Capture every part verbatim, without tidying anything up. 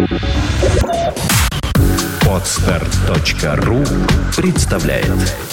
Подстер точка ру представляет.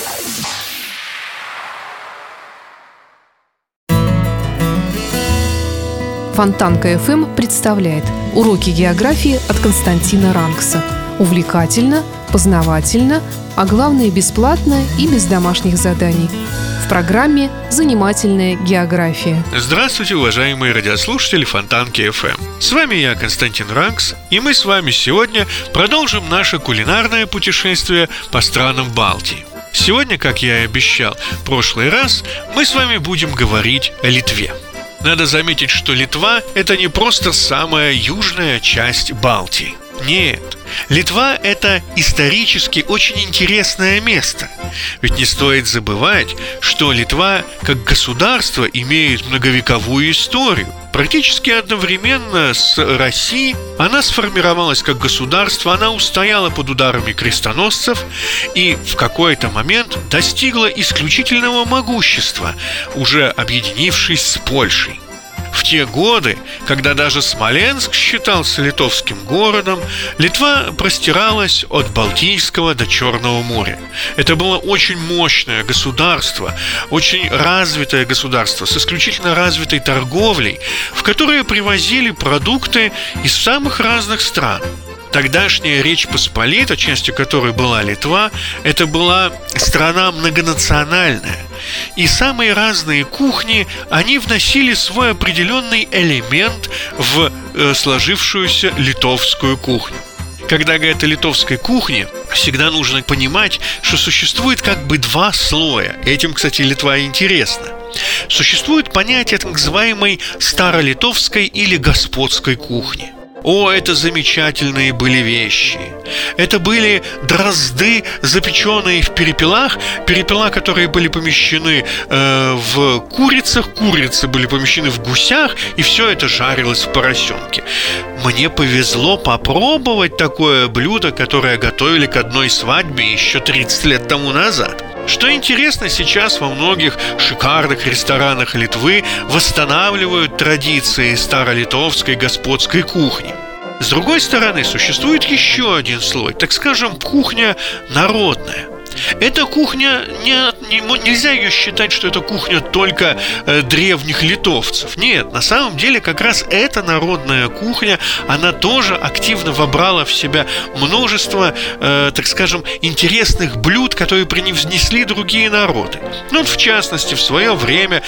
Фонтанка эф эм представляет уроки географии от Константина Рангса. Увлекательно, познавательно, а главное бесплатно и без домашних заданий. В программе «Занимательная география». Здравствуйте, уважаемые радиослушатели Фонтанки эф эм. С вами я, Константин Рангс, и мы с вами сегодня продолжим наше кулинарное путешествие по странам Балтии. Сегодня, как я и обещал в прошлый раз, мы с вами будем говорить о Литве. Надо заметить, что Литва – это не просто самая южная часть Балтии. Нет, Литва – это исторически очень интересное место. Ведь не стоит забывать, что Литва, как государство, имеет многовековую историю. Практически одновременно с Россией она сформировалась как государство, она устояла под ударами крестоносцев и в какой-то момент достигла исключительного могущества, уже объединившись с Польшей. В те годы, когда даже Смоленск считался литовским городом, Литва простиралась от Балтийского до Черного моря. Это было очень мощное государство, очень развитое государство с исключительно развитой торговлей, в которое привозили продукты из самых разных стран. Тогдашняя Речь Посполита, частью которой была Литва, это была страна многонациональная. И самые разные кухни, они вносили свой определенный элемент в э, сложившуюся литовскую кухню. Когда говорят о литовской кухне, всегда нужно понимать, что существует как бы два слоя. Этим, кстати, Литва интересна. Существует понятие так называемой старолитовской или господской кухни. О, это замечательные были вещи. Это были дрозды, запеченные в перепелах, перепела, которые были помещены э, в курицах, курицы были помещены в гусях, и все это жарилось в поросенке. Мне повезло попробовать такое блюдо, которое готовили к одной свадьбе еще тридцать лет тому назад. Что интересно, сейчас во многих шикарных ресторанах Литвы восстанавливают традиции старолитовской господской кухни. С другой стороны, существует еще один слой, так скажем, кухня народная. Эта кухня, не, не, нельзя ее считать, что это кухня только э, древних литовцев. Нет, на самом деле как раз эта народная кухня, она тоже активно вобрала в себя множество, э, так скажем, интересных блюд, которые принесли другие народы. Ну, в частности, в свое время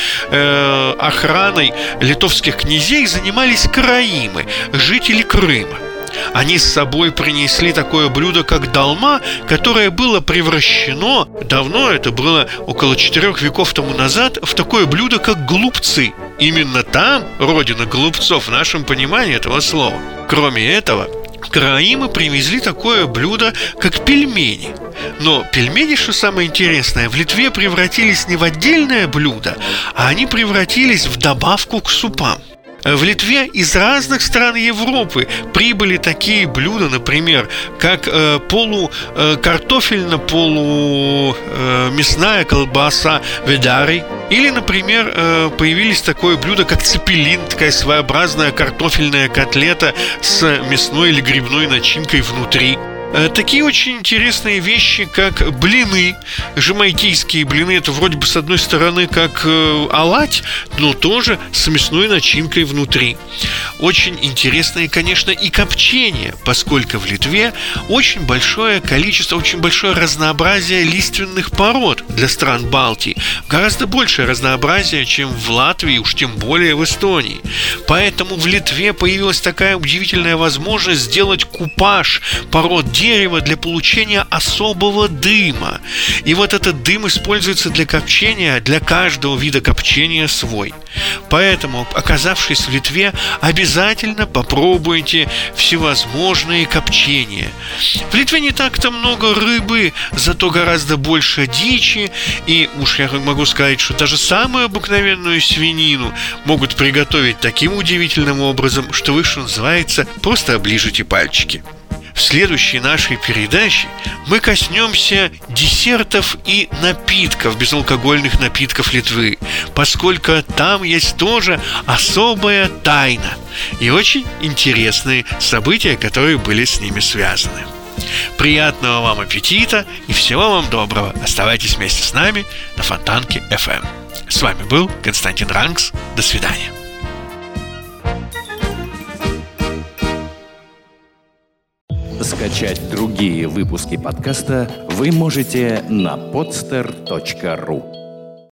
э, охраной литовских князей занимались караимы, жители Крыма. Они с собой принесли такое блюдо, как долма, которое было превращено, давно, это было около четырех веков тому назад, в такое блюдо, как голубцы. Именно там родина голубцов в нашем понимании этого слова. Кроме этого, караимы привезли такое блюдо, как пельмени. Но пельмени, что самое интересное, в Литве превратились не в отдельное блюдо, а они превратились в добавку к супам. В Литве из разных стран Европы прибыли такие блюда, например, как э, полукартофельно, полумясная колбаса ведари. Или, например, э, появились такое блюдо, как цепелин, такая своеобразная картофельная котлета с мясной или грибной начинкой внутри. Такие очень интересные вещи, как блины, жамайкийские блины. Это вроде бы с одной стороны как э, оладь, но тоже с мясной начинкой внутри. Очень интересные, конечно, и копчения, поскольку в Литве очень большое количество, очень большое разнообразие лиственных пород для стран Балтии. Гораздо большее разнообразие, чем в Латвии, уж тем более в Эстонии. Поэтому в Литве появилась такая удивительная возможность сделать купаж пород дерева для получения особого дыма. И вот этот дым используется для копчения, для каждого вида копчения свой. Поэтому, оказавшись в Литве, обязательно попробуйте всевозможные копчения. В Литве не так-то много рыбы, зато гораздо больше дичи. И уж я могу сказать, что даже самую обыкновенную свинину могут приготовить таким удивительным образом, что вы, что называется, просто оближете пальчики. В следующей нашей передаче мы коснемся десертов и напитков, безалкогольных напитков Литвы, поскольку там есть тоже особая тайна и очень интересные события, которые были с ними связаны. Приятного вам аппетита и всего вам доброго. Оставайтесь вместе с нами на Фонтанке эф эм. С вами был Константин Ранкс. До свидания. Скачать другие выпуски подкаста вы можете на podster точка ru.